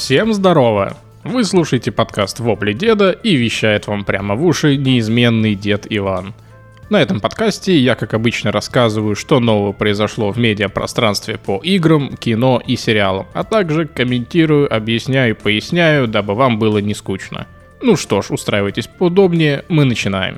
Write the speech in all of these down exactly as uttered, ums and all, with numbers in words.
Всем здорово! Вы слушаете подкаст «Вопли деда» и вещает вам прямо в уши неизменный дед Иван. На этом подкасте я, как обычно, рассказываю, что нового произошло в медиапространстве по играм, кино и сериалам, а также комментирую, объясняю, поясняю, дабы вам было не скучно. Ну что ж, устраивайтесь поудобнее, мы начинаем.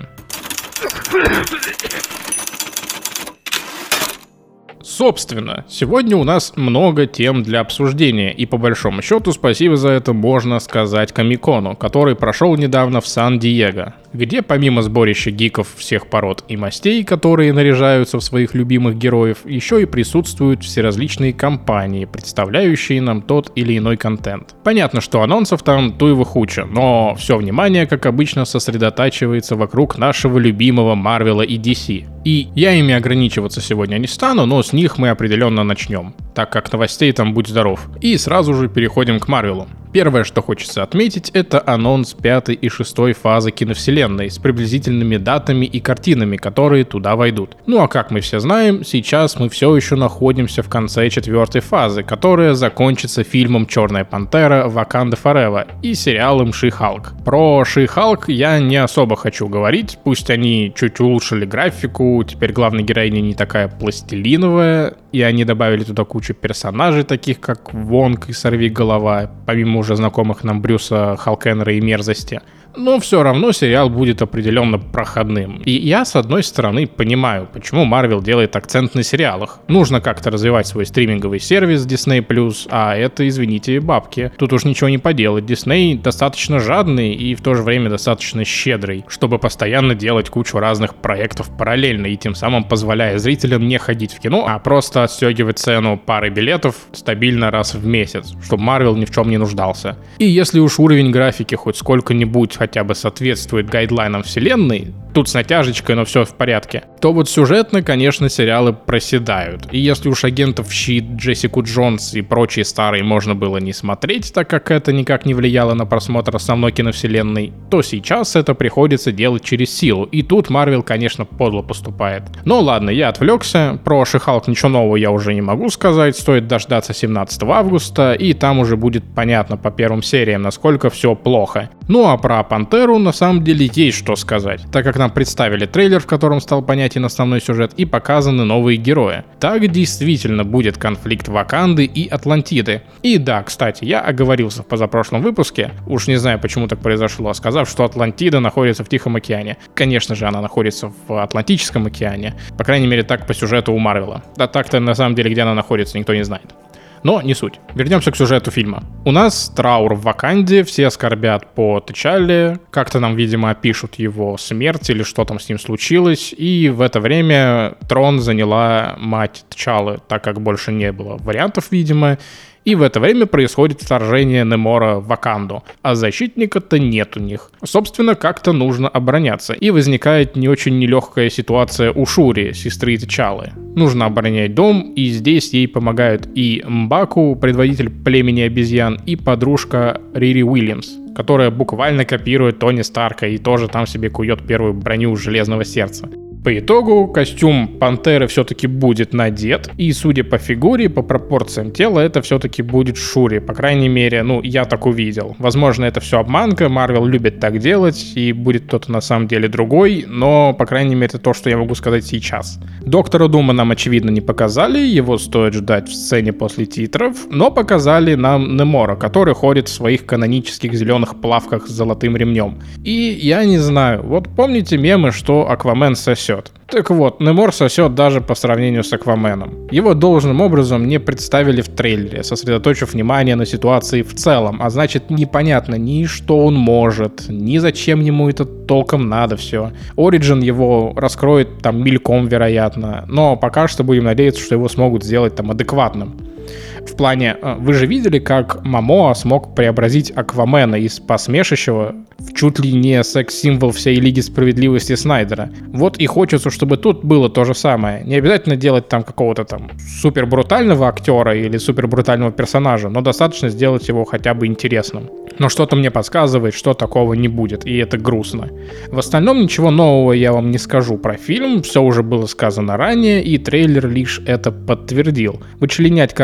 Собственно, сегодня у нас много тем для обсуждения, и по большому счету спасибо за это можно сказать Комик-кону, который прошел недавно в Сан-Диего, где помимо сборища гиков всех пород и мастей, которые наряжаются в своих любимых героев, еще и присутствуют всеразличные компании, представляющие нам тот или иной контент. Понятно, что анонсов там туева хуча, но все внимание, как обычно, сосредотачивается вокруг нашего любимого Марвела и ди си. И я ими ограничиваться сегодня не стану, но с них мы определенно начнем, так как новостей там будь здоров. И сразу же переходим к Марвелу. Первое, что хочется отметить, это анонс пятой и шестой фазы киновселенной с приблизительными датами и картинами, которые туда войдут. Ну а как мы все знаем, сейчас мы все еще находимся в конце четвертой фазы, которая закончится фильмом «Черная пантера. Wakanda Forever» и сериалом «Ши-Халк». Про «Ши-Халк» я не особо хочу говорить, пусть они чуть улучшили графику, теперь главная героиня не такая пластилиновая, и они добавили туда кучу персонажей, таких как Вонг и Сорвиголова, помимо уже знакомых нам Брюса Халкеннера и Мерзости. Но все равно сериал будет определенно проходным. И я, с одной стороны, понимаю, почему Marvel делает акцент на сериалах. Нужно как-то развивать свой стриминговый сервис Disney+, а это, извините, бабки. Тут уж ничего не поделать. Disney достаточно жадный и в то же время достаточно щедрый, чтобы постоянно делать кучу разных проектов параллельно и тем самым позволяя зрителям не ходить в кино, а просто отстегивать цену пары билетов стабильно раз в месяц, чтобы Marvel ни в чем не нуждался. И если уж уровень графики хоть сколько-нибудь хотя бы соответствует гайдлайнам вселенной, тут с натяжечкой, но все в порядке, то вот сюжетно, конечно, сериалы проседают. И если уж агентов Щит, Джессику Джонс и прочие старые можно было не смотреть, так как это никак не влияло на просмотр основной киновселенной, то сейчас это приходится делать через силу. И тут Марвел, конечно, подло поступает. Но ладно, я отвлекся. Про Ши-Халк ничего нового я уже не могу сказать. Стоит дождаться семнадцатого августа, и там уже будет понятно по первым сериям, насколько все плохо. Ну а про Пантеру на самом деле есть что сказать, так как нам представили трейлер, в котором стал понятен основной сюжет, и показаны новые герои. Так действительно будет конфликт Ваканды и Атлантиды. И да, кстати, я оговорился в позапрошлом выпуске, уж не знаю, почему так произошло, сказав, что Атлантида находится в Тихом океане. Конечно же, она находится в Атлантическом океане, по крайней мере так по сюжету у Марвела. Да так-то на самом деле, где она находится, никто не знает. Но не суть. Вернемся к сюжету фильма. У нас траур в Ваканде, все скорбят по T'Чалле, как-то нам, видимо, опишут его смерть или что там с ним случилось, и в это время трон заняла мать T'Чаллы, так как больше не было вариантов, видимо, и в это время происходит вторжение Немора в Ваканду, а защитника-то нет у них. Собственно, как-то нужно обороняться, и возникает не очень нелегкая ситуация у Шури, сестры T'Чаллы. Нужно оборонять дом, и здесь ей помогают и Мбаку, предводитель племени обезьян, и подружка Рири Уильямс, которая буквально копирует Тони Старка и тоже там себе кует первую броню Железного Сердца. По итогу костюм Пантеры все-таки будет надет, и судя по фигуре, по пропорциям тела, это все-таки будет Шури, по крайней мере, ну, я так увидел. Возможно, это все обманка, Марвел любит так делать, и будет кто-то на самом деле другой, но, по крайней мере, это то, что я могу сказать сейчас. Доктора Дума нам, очевидно, не показали, его стоит ждать в сцене после титров, но показали нам Немора, который ходит в своих канонических зеленых плавках с золотым ремнем. И я не знаю, вот помните мемы, что Аквамен сосет? Так вот, Немор сосет даже по сравнению с Акваменом. Его должным образом не представили в трейлере, сосредоточив внимание на ситуации в целом, а значит непонятно ни что он может, ни зачем ему это толком надо все. Ориджин его раскроет там мельком, вероятно, но пока что будем надеяться, что его смогут сделать там адекватным. В плане, вы же видели, как Момоа смог преобразить Аквамена из посмешищего в чуть ли не секс-символ всей Лиги Справедливости Снайдера. Вот и хочется, чтобы тут было то же самое. Не обязательно делать там какого-то там супер брутального актера или супер брутального персонажа, но достаточно сделать его хотя бы интересным. Но что-то мне подсказывает, что такого не будет, и это грустно. В остальном ничего нового я вам не скажу про фильм, все уже было сказано ранее, и трейлер лишь это подтвердил. Вычленять каждый кадр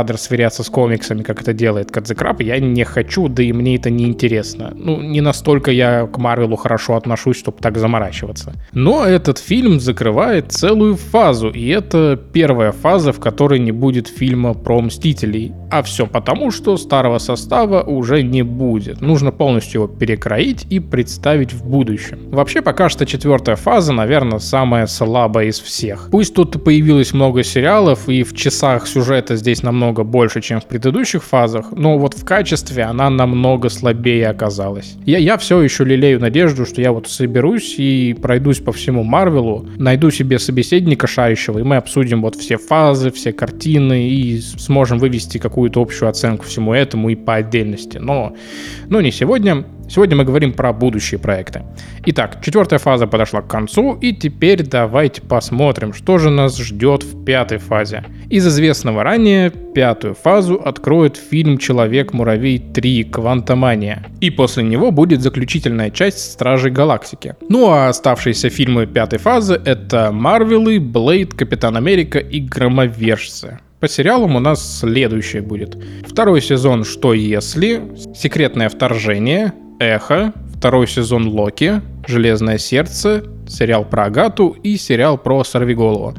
кадр сверяться с комиксами, как это делает Кадзекраб, я не хочу, да и мне это не интересно. Ну, не настолько я к Марвелу хорошо отношусь, чтобы так заморачиваться. Но этот фильм закрывает целую фазу, и это первая фаза, в которой не будет фильма про Мстителей. А все потому, что старого состава уже не будет. Нужно полностью его перекроить и представить в будущем. Вообще, пока что четвертая фаза, наверное, самая слабая из всех. Пусть тут появилось много сериалов, и в часах сюжета здесь намного больше, чем в предыдущих фазах, но вот в качестве она намного слабее оказалась. Я, я все еще лелею надежду, что я вот соберусь и пройдусь по всему Марвелу, найду себе собеседника шарящего, и мы обсудим вот все фазы, все картины, и сможем вывести какую-то общую оценку всему этому и по отдельности. Но, но не сегодня. Сегодня мы говорим про будущие проекты. Итак, четвертая фаза подошла к концу, и теперь давайте посмотрим, что же нас ждет в пятой фазе. Из известного ранее, пятую фазу откроет фильм «Человек-муравей три. Квантомания». И после него будет заключительная часть «Стражей Галактики». Ну а оставшиеся фильмы пятой фазы — это «Марвелы», «Блейд», «Капитан Америка» и «Громовержцы». По сериалам у нас следующее будет. Второй сезон «Что если?», «Секретное вторжение», «Эхо», второй сезон «Локи», «Железное сердце», сериал про Агату и сериал про Сорвиголову.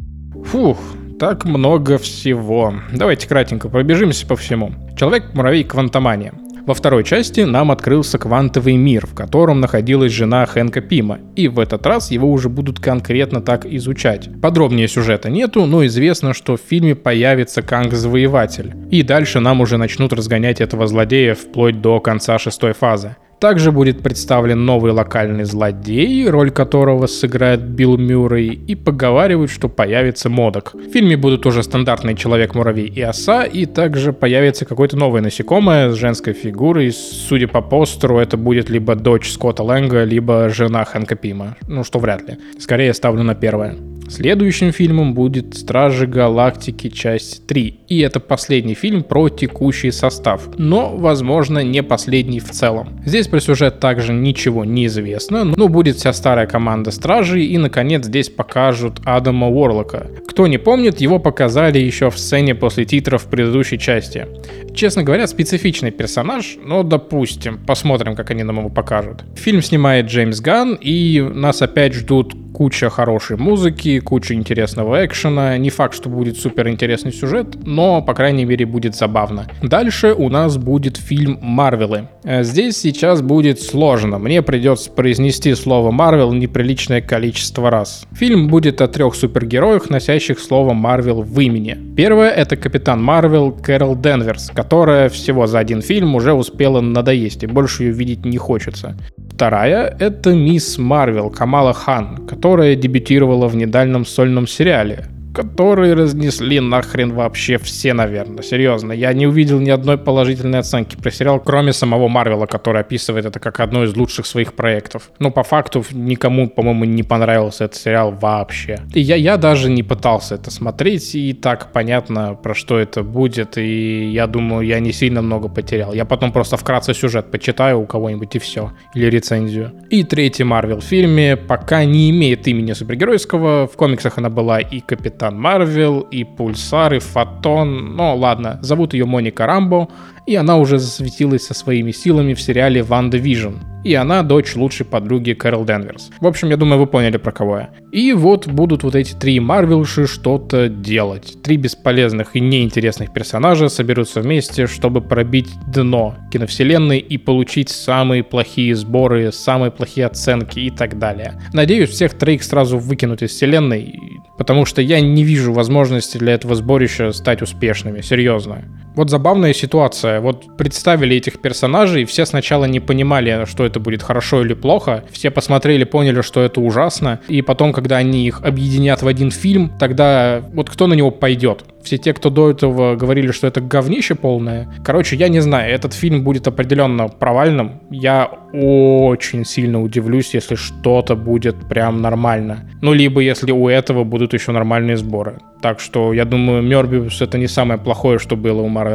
Фух, так много всего. Давайте кратенько пробежимся по всему. «Человек-муравей. Квантомания». Во второй части нам открылся квантовый мир, в котором находилась жена Хэнка Пима, и в этот раз его уже будут конкретно так изучать. Подробнее сюжета нету, но известно, что в фильме появится Канг-завоеватель, и дальше нам уже начнут разгонять этого злодея вплоть до конца шестой фазы. Также будет представлен новый локальный злодей, роль которого сыграет Билл Мюррей, и поговаривают, что появится Модок. В фильме будут уже стандартный Человек-муравей и Оса, и также появится какое-то новое насекомое с женской фигурой. Судя по постеру, это будет либо дочь Скотта Лэнга, либо жена Хэнка Пима. Ну, что вряд ли. Скорее ставлю на первое. Следующим фильмом будет «Стражи Галактики. Часть три». И это последний фильм про текущий состав, но, возможно, не последний в целом. Здесь про сюжет также ничего не известно, но будет вся старая команда Стражей, и, наконец, здесь покажут Адама Уорлока. Кто не помнит, его показали еще в сцене после титров в предыдущей части. Честно говоря, специфичный персонаж, но допустим, посмотрим, как они нам его покажут. Фильм снимает Джеймс Ганн, и нас опять ждут куча хорошей музыки, куча интересного экшена. Не факт, что будет супер интересный сюжет, но, по крайней мере, будет забавно. Дальше у нас будет фильм «Марвелы». Здесь сейчас будет сложно. Мне придется произнести слово «Марвел» неприличное количество раз. Фильм будет о трех супергероях, носящих слово «Марвел» в имени. Первое — это Капитан Марвел Кэрол Денверс, которая всего за один фильм уже успела надоесть, и больше ее видеть не хочется. Вторая — это Мисс Марвел Камала Хан, которая дебютировала в недавнем сольном сериале, который разнесли нахрен вообще все, наверное. Серьезно, я не увидел ни одной положительной оценки про сериал, кроме самого Марвела, который описывает это как одно из лучших своих проектов. Но по факту никому, по-моему, не понравился этот сериал вообще. И я, я даже не пытался это смотреть, и так понятно, про что это будет, и я думаю, я не сильно много потерял. Я потом просто вкратце сюжет почитаю у кого-нибудь и все. Или рецензию. И третий Марвел в фильме пока не имеет имени супергеройского. В комиксах она была и Капитан Марвел, и Пульсар, и Фотон. Ну ладно, зовут ее Моника Рамбо, и она уже засветилась со своими силами в сериале «Ванда Вижн». И она дочь лучшей подруги Кэрол Денверс. В общем, я думаю, вы поняли, про кого я. И вот будут вот эти три Марвелши что-то делать. Три бесполезных и неинтересных персонажа соберутся вместе, чтобы пробить дно киновселенной и получить самые плохие сборы, самые плохие оценки и так далее. Надеюсь, всех троих сразу выкинут из вселенной, потому что я не вижу возможности для этого сборища стать успешными, серьезно. Вот забавная ситуация. Вот представили этих персонажей, и все сначала не понимали, что это будет хорошо или плохо. Все посмотрели, поняли, что это ужасно. И потом, когда они их объединят в один фильм, тогда вот кто на него пойдет? Все те, кто до этого говорили, что это говнище полное. Короче, я не знаю, этот фильм будет определенно провальным. Я очень сильно удивлюсь, если что-то будет прям нормально. Ну, либо если у этого будут еще нормальные сборы. Так что, я думаю, Мёрбиус — это не самое плохое, что было у Марвела.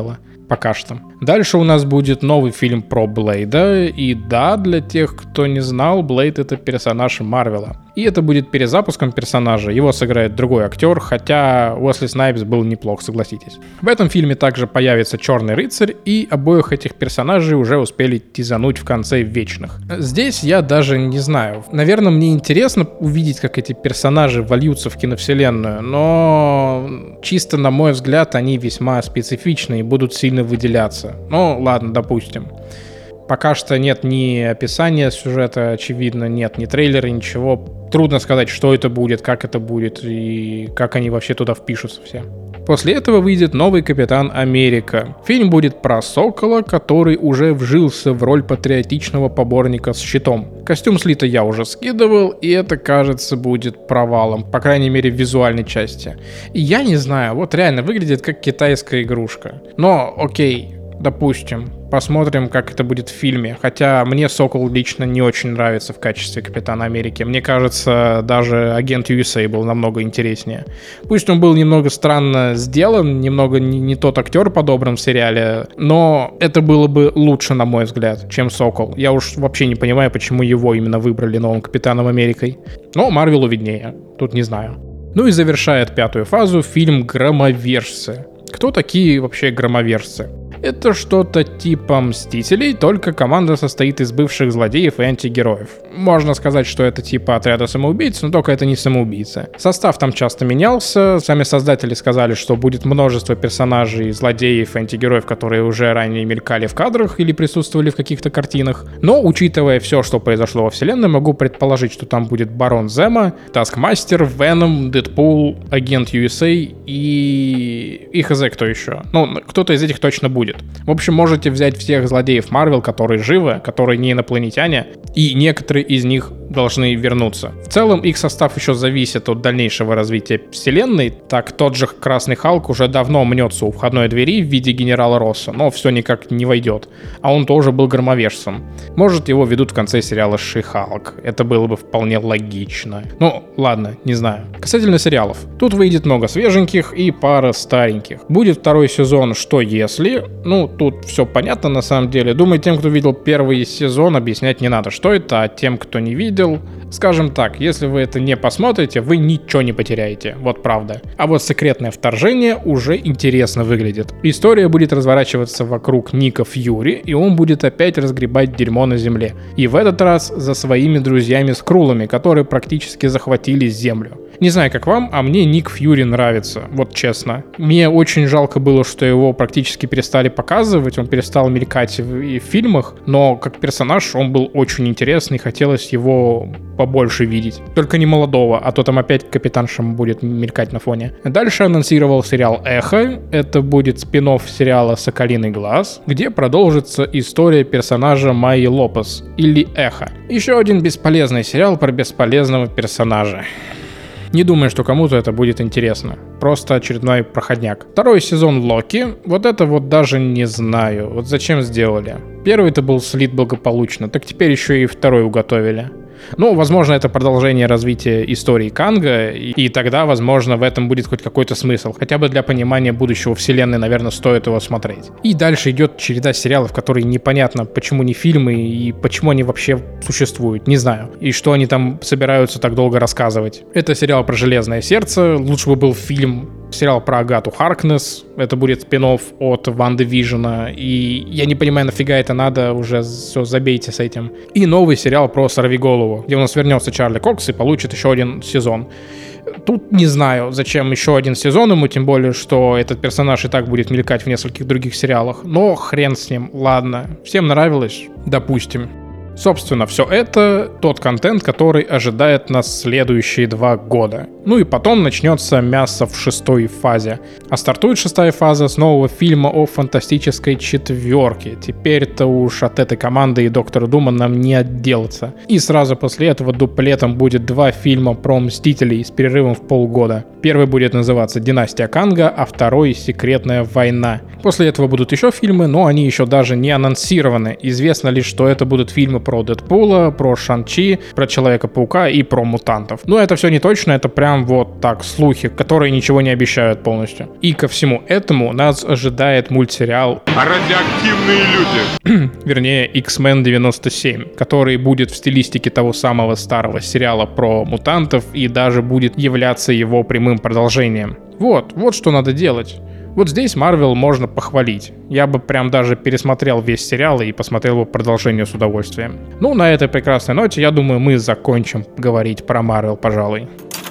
Пока что. Дальше у нас будет новый фильм про Блейда. И да, для тех, кто не знал, Блейд — это персонаж Марвела. И это будет перезапуском персонажа. Его сыграет другой актер, хотя Уэсли Снайпс был неплох, согласитесь. В этом фильме также появится Черный рыцарь, и обоих этих персонажей уже успели тизануть в конце Вечных. Здесь я даже не знаю. Наверное, мне интересно увидеть, как эти персонажи вольются в киновселенную, но чисто на мой взгляд они весьма специфичны и будут сильно выделяться. Ну ладно, допустим. Пока что нет ни описания сюжета, очевидно, нет ни трейлера, ничего. Трудно сказать, что это будет, как это будет и как они вообще туда впишутся все. После этого выйдет новый Капитан Америка. Фильм будет про Сокола, который уже вжился в роль патриотичного поборника с щитом. Костюм Слита я уже скидывал, и это, кажется, будет провалом, по крайней мере в визуальной части. И я не знаю, вот реально выглядит как китайская игрушка. Но окей, допустим. Посмотрим, как это будет в фильме. Хотя мне Сокол лично не очень нравится в качестве Капитана Америки. Мне кажется, даже Агент ю эс эй был намного интереснее. Пусть он был немного странно сделан, немного не, не тот актер подобран в сериале, но это было бы лучше, на мой взгляд, чем Сокол. Я уж вообще не понимаю, почему его именно выбрали новым Капитаном Америкой. Но Марвелу виднее, тут не знаю. Ну и завершает пятую фазу фильм «Громовержцы». Кто такие вообще громовержцы? Это что-то типа Мстителей, только команда состоит из бывших злодеев и антигероев. Можно сказать, что это типа отряда самоубийц, но только это не самоубийцы. Состав там часто менялся, сами создатели сказали, что будет множество персонажей, злодеев и антигероев, которые уже ранее мелькали в кадрах или присутствовали в каких-то картинах. Но, учитывая все, что произошло во вселенной, могу предположить, что там будет Барон Зема, Таскмастер, Веном, Дэдпул, Агент ю эс эй и... и хз кто еще. Ну, кто-то из этих точно будет. В общем, можете взять всех злодеев Марвел, которые живы, которые не инопланетяне, и некоторые из них должны вернуться. В целом, их состав еще зависит от дальнейшего развития вселенной. Так, тот же Красный Халк уже давно мнется у входной двери в виде генерала Росса, но все никак не войдет. А он тоже был громовержцем. Может, его ведут в конце сериала Ши-Халк. Это было бы вполне логично. Ну, ладно, не знаю. Касательно сериалов. Тут выйдет много свеженьких и пара стареньких. Будет второй сезон «Что если?». Ну, тут все понятно на самом деле. Думаю, тем, кто видел первый сезон, объяснять не надо, что это, а тем, кто не видел, скажем так, если вы это не посмотрите, вы ничего не потеряете. Вот правда. А вот «Секретное вторжение» уже интересно выглядит. История будет разворачиваться вокруг Ника Фьюри, и он будет опять разгребать дерьмо на земле. И в этот раз за своими друзьями-скрулами, которые практически захватили землю. Не знаю, как вам, а мне Ник Фьюри нравится, вот честно. Мне очень жалко было, что его практически перестали показывать, он перестал мелькать в, и в фильмах, но как персонаж он был очень интересный, хотелось его побольше видеть. Только не молодого, а то там опять капитаншем будет мелькать на фоне. Дальше анонсировал сериал «Эхо». Это будет спин-офф сериала «Соколиный глаз», где продолжится история персонажа Майи Лопес, или Эхо. Еще один бесполезный сериал про бесполезного персонажа. Не думаю, что кому-то это будет интересно. Просто очередной проходняк. Второй сезон Локи. Вот это вот даже не знаю. Вот зачем сделали? Первый-то был слит благополучно, так теперь еще и второй уготовили. Ну, возможно, это продолжение развития истории Канга, и, и тогда, возможно, в этом будет хоть какой-то смысл. Хотя бы для понимания будущего вселенной, наверное, стоит его смотреть. И дальше идет череда сериалов, которые непонятно, почему не фильмы и почему они вообще существуют, не знаю. И что они там собираются так долго рассказывать. Это сериал про Железное сердце, лучше бы был фильм. Сериал про Агату Харкнесс, это будет спин-офф от Ванда Вижена, и я не понимаю, нафига это надо, уже все, забейте с этим. И новый сериал про Сорвиголову, где у нас вернется Чарли Кокс и получит еще один сезон. Тут не знаю, зачем еще один сезон ему, тем более, что этот персонаж и так будет мелькать в нескольких других сериалах, но хрен с ним, ладно. Всем нравилось? Допустим. Собственно, все это тот контент, который ожидает нас следующие два года. Ну и потом начнется мясо в шестой фазе. А стартует шестая фаза с нового фильма о фантастической четверке. Теперь-то уж от этой команды и Доктора Дума нам не отделаться. И сразу после этого дуплетом будет два фильма про Мстителей с перерывом в полгода. Первый будет называться «Династия Канга», а второй «Секретная война». После этого будут еще фильмы, но они еще даже не анонсированы. Известно лишь, что это будут фильмы про Дэдпула, про Шан-Чи, про Человека-паука и про мутантов. Но это все не точно, это прям прям вот так, слухи, которые ничего не обещают полностью. И ко всему этому нас ожидает мультсериал «Радиоактивные люди». Вернее, X-Men девяносто семь, который будет в стилистике того самого старого сериала про мутантов и даже будет являться его прямым продолжением. Вот, вот что надо делать. Вот здесь Marvel можно похвалить. Я бы прям даже пересмотрел весь сериал и посмотрел бы продолжение с удовольствием. Ну, на этой прекрасной ноте, я думаю, мы закончим говорить про Marvel, пожалуй.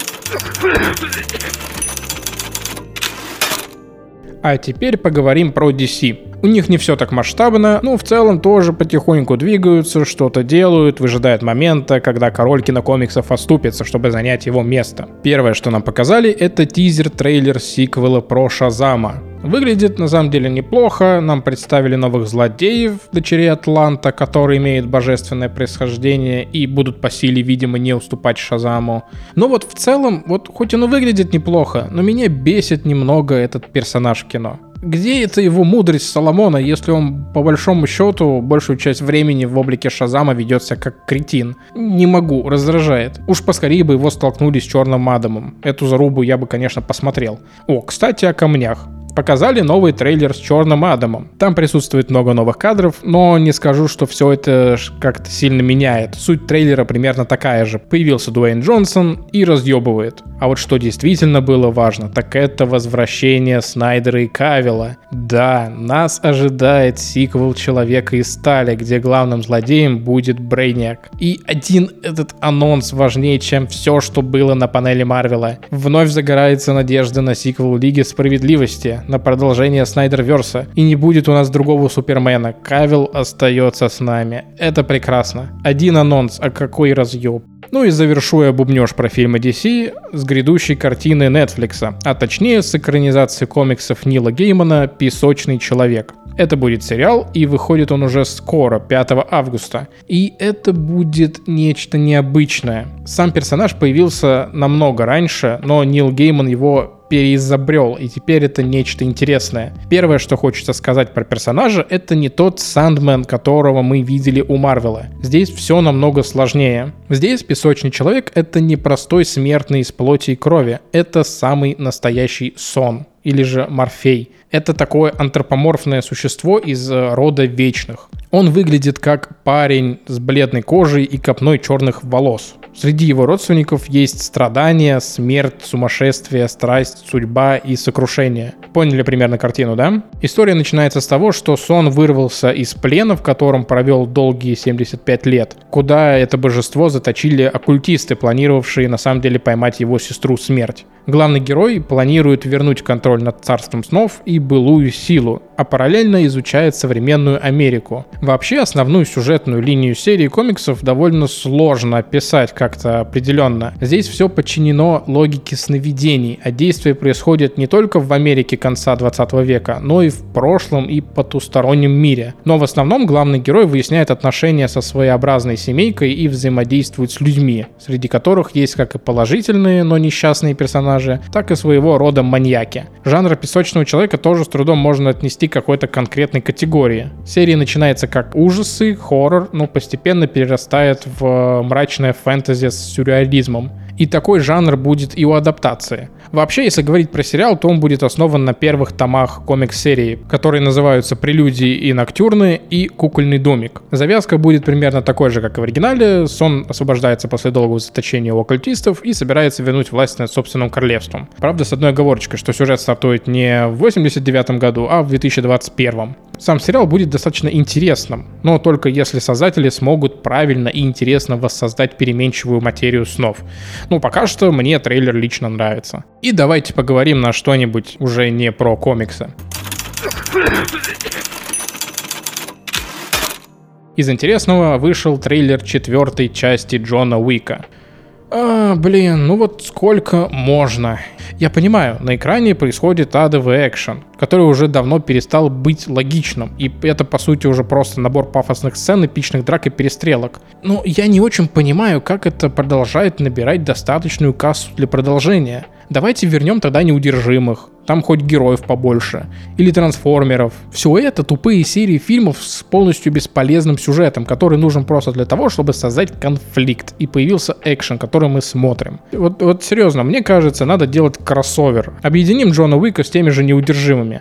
А теперь поговорим про ди си. У них не все так масштабно, но в целом тоже потихоньку двигаются, что-то делают, выжидают момента, когда король кинокомиксов отступится, чтобы занять его место. Первое, что нам показали, это тизер-трейлер сиквела про Шазама. Выглядит на самом деле неплохо, нам представили новых злодеев, дочерей Атланта, которые имеют божественное происхождение и будут по силе, видимо, не уступать Шазаму. Но вот в целом, вот хоть он и выглядит неплохо, но меня бесит немного этот персонаж в кино. Где это его мудрость Соломона, если он, по большому счету, большую часть времени в облике Шазама ведет себя как кретин? Не могу, раздражает. Уж поскорее бы его столкнули с Черным Адамом. Эту зарубу я бы, конечно, посмотрел. О, кстати, о камнях. Показали новый трейлер с Черным Адамом. Там присутствует много новых кадров, но не скажу, что все это как-то сильно меняет. Суть трейлера примерно такая же. Появился Дуэйн Джонсон и разъебывает. А вот что действительно было важно, так это возвращение Снайдера и Кавилла. Да, нас ожидает сиквел Человека из стали, где главным злодеем будет Брейниак. И один этот анонс важнее, чем все, что было на панели Марвела. Вновь загорается надежда на сиквел Лиги Справедливости, на продолжение Снайдерверса. И не будет у нас другого Супермена. Кавилл остается с нами. Это прекрасно. Один анонс, а какой разъеб. Ну и завершу я бубнёж про фильмы ди си с грядущей картины Netflix, а точнее с экранизацией комиксов Нила Геймана «Песочный человек». Это будет сериал, и выходит он уже скоро, пятого августа. И это будет нечто необычное. Сам персонаж появился намного раньше, но Нил Гейман его переизобрел, и теперь это нечто интересное. Первое, что хочется сказать про персонажа, это не тот Сандмен, которого мы видели у Марвела. Здесь все намного сложнее. Здесь Песочный человек — это не простой смертный из плоти и крови, это самый настоящий сон, или же Морфей. Это такое антропоморфное существо из рода вечных. Он выглядит как парень с бледной кожей и копной черных волос. Среди его родственников есть страдания, смерть, сумасшествие, страсть, судьба и сокрушение. Поняли примерно картину, да? История начинается с того, что Сон вырвался из плена, в котором провел долгие семьдесят пять лет, куда это божество заточили оккультисты, планировавшие на самом деле поймать его сестру Смерть. Главный герой планирует вернуть контроль над царством снов и былую силу, а параллельно изучает современную Америку. Вообще, основную сюжетную линию серии комиксов довольно сложно описать как-то определенно. Здесь все подчинено логике сновидений, а действие происходит не только в Америке конца двадцатого века, но и в прошлом и потустороннем мире. Но в основном главный герой выясняет отношения со своеобразной семейкой и взаимодействует с людьми, среди которых есть как и положительные, но несчастные персонажи, так и своего рода маньяки. Жанр Песочного человека тоже с трудом можно отнести к какой-то конкретной категории. Серия начинается как ужасы, хоррор, но постепенно перерастает в мрачное фэнтези с сюрреализмом. И такой жанр будет и у адаптации. Вообще, если говорить про сериал, то он будет основан на первых томах комикс-серии, которые называются «Прелюдии и ноктюрны» и «Кукольный домик». Завязка будет примерно такой же, как и в оригинале. Сон освобождается после долгого заточения у оккультистов и собирается вернуть власть над собственным королевством. Правда, с одной оговорочкой, что сюжет стартует не в восемьдесят девятом году, а в две тысячи двадцать первом. Сам сериал будет достаточно интересным, но только если создатели смогут правильно и интересно воссоздать переменчивую материю снов. Ну, пока что мне трейлер лично нравится. И давайте поговорим на что-нибудь уже не про комиксы. Из интересного вышел трейлер четвертой части Джона Уика. А, блин, ну вот сколько можно? Я понимаю, на экране происходит адовый экшен, который уже давно перестал быть логичным, и это по сути уже просто набор пафосных сцен, эпичных драк и перестрелок. Но я не очень понимаю, как это продолжает набирать достаточную кассу для продолжения. Давайте вернем тогда «Неудержимых». Там хоть героев побольше. Или «Трансформеров». Все это тупые серии фильмов с полностью бесполезным сюжетом, который нужен просто для того, чтобы создать конфликт. И появился экшен, который мы смотрим. Вот, вот серьезно, мне кажется, надо делать кроссовер. Объединим Джона Уика с теми же «Неудержимыми».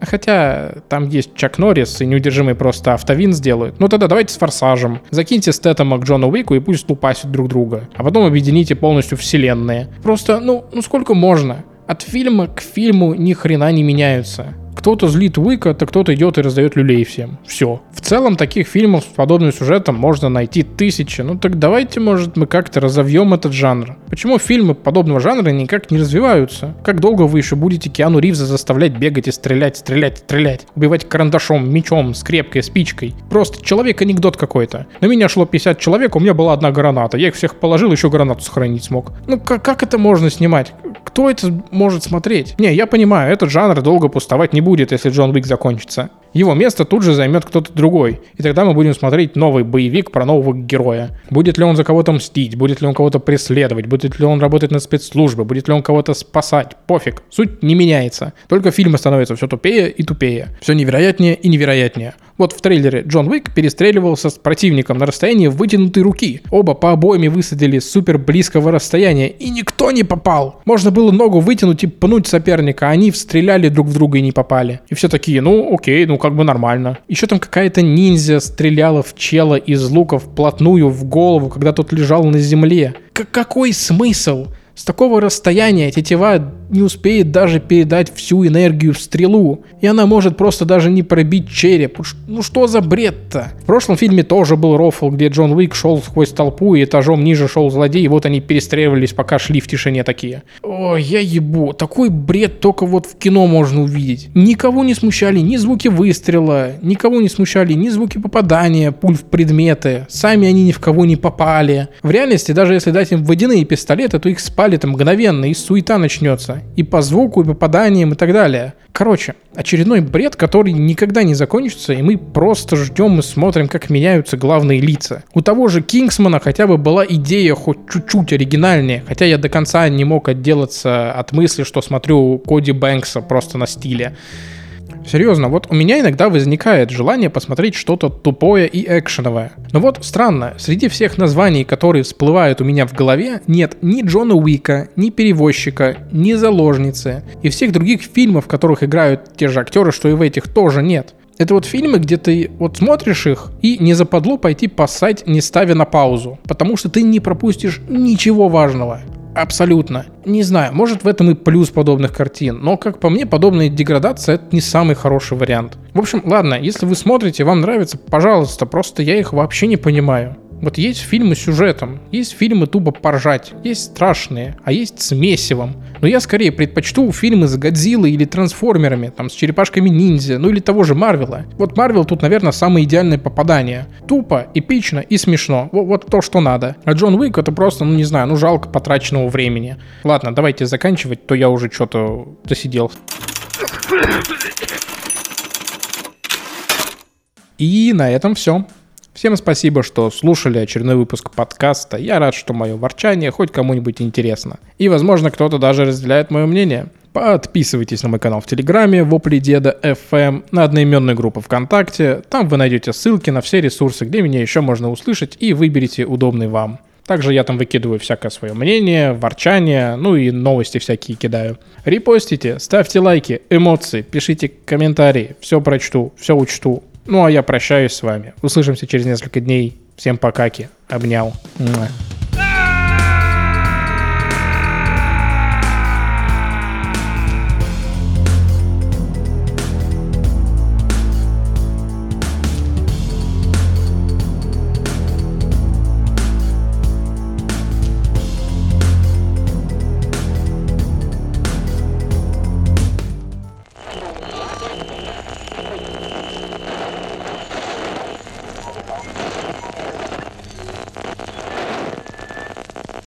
Хотя там есть Чак Норрис, и «Неудержимые» просто автовин сделают. Ну тогда давайте с «Форсажем». Закиньте Стэтэма к Джону Уику и пусть лупасят друг друга. А потом объедините полностью вселенные. Просто, ну, ну сколько можно? От фильма к фильму ни хрена не меняются. Кто-то злит Уика, то кто-то идет и раздает люлей всем. Все. В целом таких фильмов с подобным сюжетом можно найти тысячи. Ну так давайте, может, мы как-то разовьем этот жанр. Почему фильмы подобного жанра никак не развиваются? Как долго вы еще будете Киану Ривза заставлять бегать и стрелять, стрелять, стрелять? Убивать карандашом, мечом, скрепкой, спичкой? Просто человек-анекдот какой-то. На меня шло пятьдесят человек, у меня была одна граната. Я их всех положил, еще гранату сохранить смог. Ну как, как это можно снимать? Кто это может смотреть? Не, я понимаю, этот жанр долго пустовать не будет, если Джон Уик закончится. Его место тут же займет кто-то другой. И тогда мы будем смотреть новый боевик про нового героя. Будет ли он за кого-то мстить? Будет ли он кого-то преследовать? Будет ли он работать на спецслужбы? Будет ли он кого-то спасать? Пофиг. Суть не меняется. Только фильмы становятся все тупее и тупее. Все невероятнее и невероятнее. Вот в трейлере Джон Уик перестреливался с противником на расстоянии вытянутой руки. Оба по обоими высадили с супер близкого расстояния, и никто не попал. Можно было ногу вытянуть и пнуть соперника, а они стреляли друг в друга и не попали. И все такие, ну окей, ну как бы нормально. Еще там какая-то ниндзя стреляла в чела из лука вплотную в голову, когда тот лежал на земле. К- какой смысл? С такого расстояния тетива не успеет даже передать всю энергию в стрелу, и она может просто даже не пробить череп. Ну что за бред-то? В прошлом фильме тоже был рофл, где Джон Уик шел сквозь толпу, и этажом ниже шел злодей, и вот они перестреливались, пока шли в тишине такие. Ой, я ебу, такой бред только вот в кино можно увидеть. Никого не смущали ни звуки выстрела, никого не смущали ни звуки попадания пуль в предметы, сами они ни в кого не попали. В реальности, даже если дать им водяные пистолеты, то их спали это мгновенно, и суета начнется. И по звуку, и попаданиям, и так далее. Короче, очередной бред, который никогда не закончится, и мы просто ждем и смотрим, как меняются главные лица. У того же Кингсмана хотя бы была идея хоть чуть-чуть оригинальнее, хотя я до конца не мог отделаться от мысли, что смотрю Коди Бэнкса просто на стиле. Серьезно, вот у меня иногда возникает желание посмотреть что-то тупое и экшеновое. Но вот странно, среди всех названий, которые всплывают у меня в голове, нет ни Джона Уика, ни Перевозчика, ни Заложницы. И всех других фильмов, в которых играют те же актеры, что и в этих, тоже нет. Это вот фильмы, где ты вот смотришь их и не западло пойти поссать, не ставя на паузу. Потому что ты не пропустишь ничего важного. Абсолютно. Не знаю, может в этом и плюс подобных картин, но, как по мне, подобная деградация — это не самый хороший вариант. В общем, ладно, если вы смотрите, вам нравится, пожалуйста, просто я их вообще не понимаю. Вот есть фильмы с сюжетом, есть фильмы тупо поржать, есть страшные, а есть с месивом. Но я скорее предпочту фильмы с Годзиллой или Трансформерами, там с черепашками-ниндзя, ну или того же Марвела. Вот Марвел тут, наверное, самое идеальное попадание. Тупо, эпично и смешно. Вот, вот то, что надо. А Джон Уик — это просто, ну не знаю, ну жалко потраченного времени. Ладно, давайте заканчивать, то я уже что-то засидел. И на этом все. Всем спасибо, что слушали очередной выпуск подкаста. Я рад, что мое ворчание хоть кому-нибудь интересно. И, возможно, кто-то даже разделяет мое мнение. Подписывайтесь на мой канал в Телеграме, Воплидеда эф эм, на одноименную группу ВКонтакте. Там вы найдете ссылки на все ресурсы, где меня еще можно услышать, и выберите удобный вам. Также я там выкидываю всякое свое мнение, ворчание, ну и новости всякие кидаю. Репостите, ставьте лайки, эмоции, пишите комментарии. Все прочту, все учту. Ну а я прощаюсь с вами. Услышимся через несколько дней. Всем покаки. Обнял. Муа.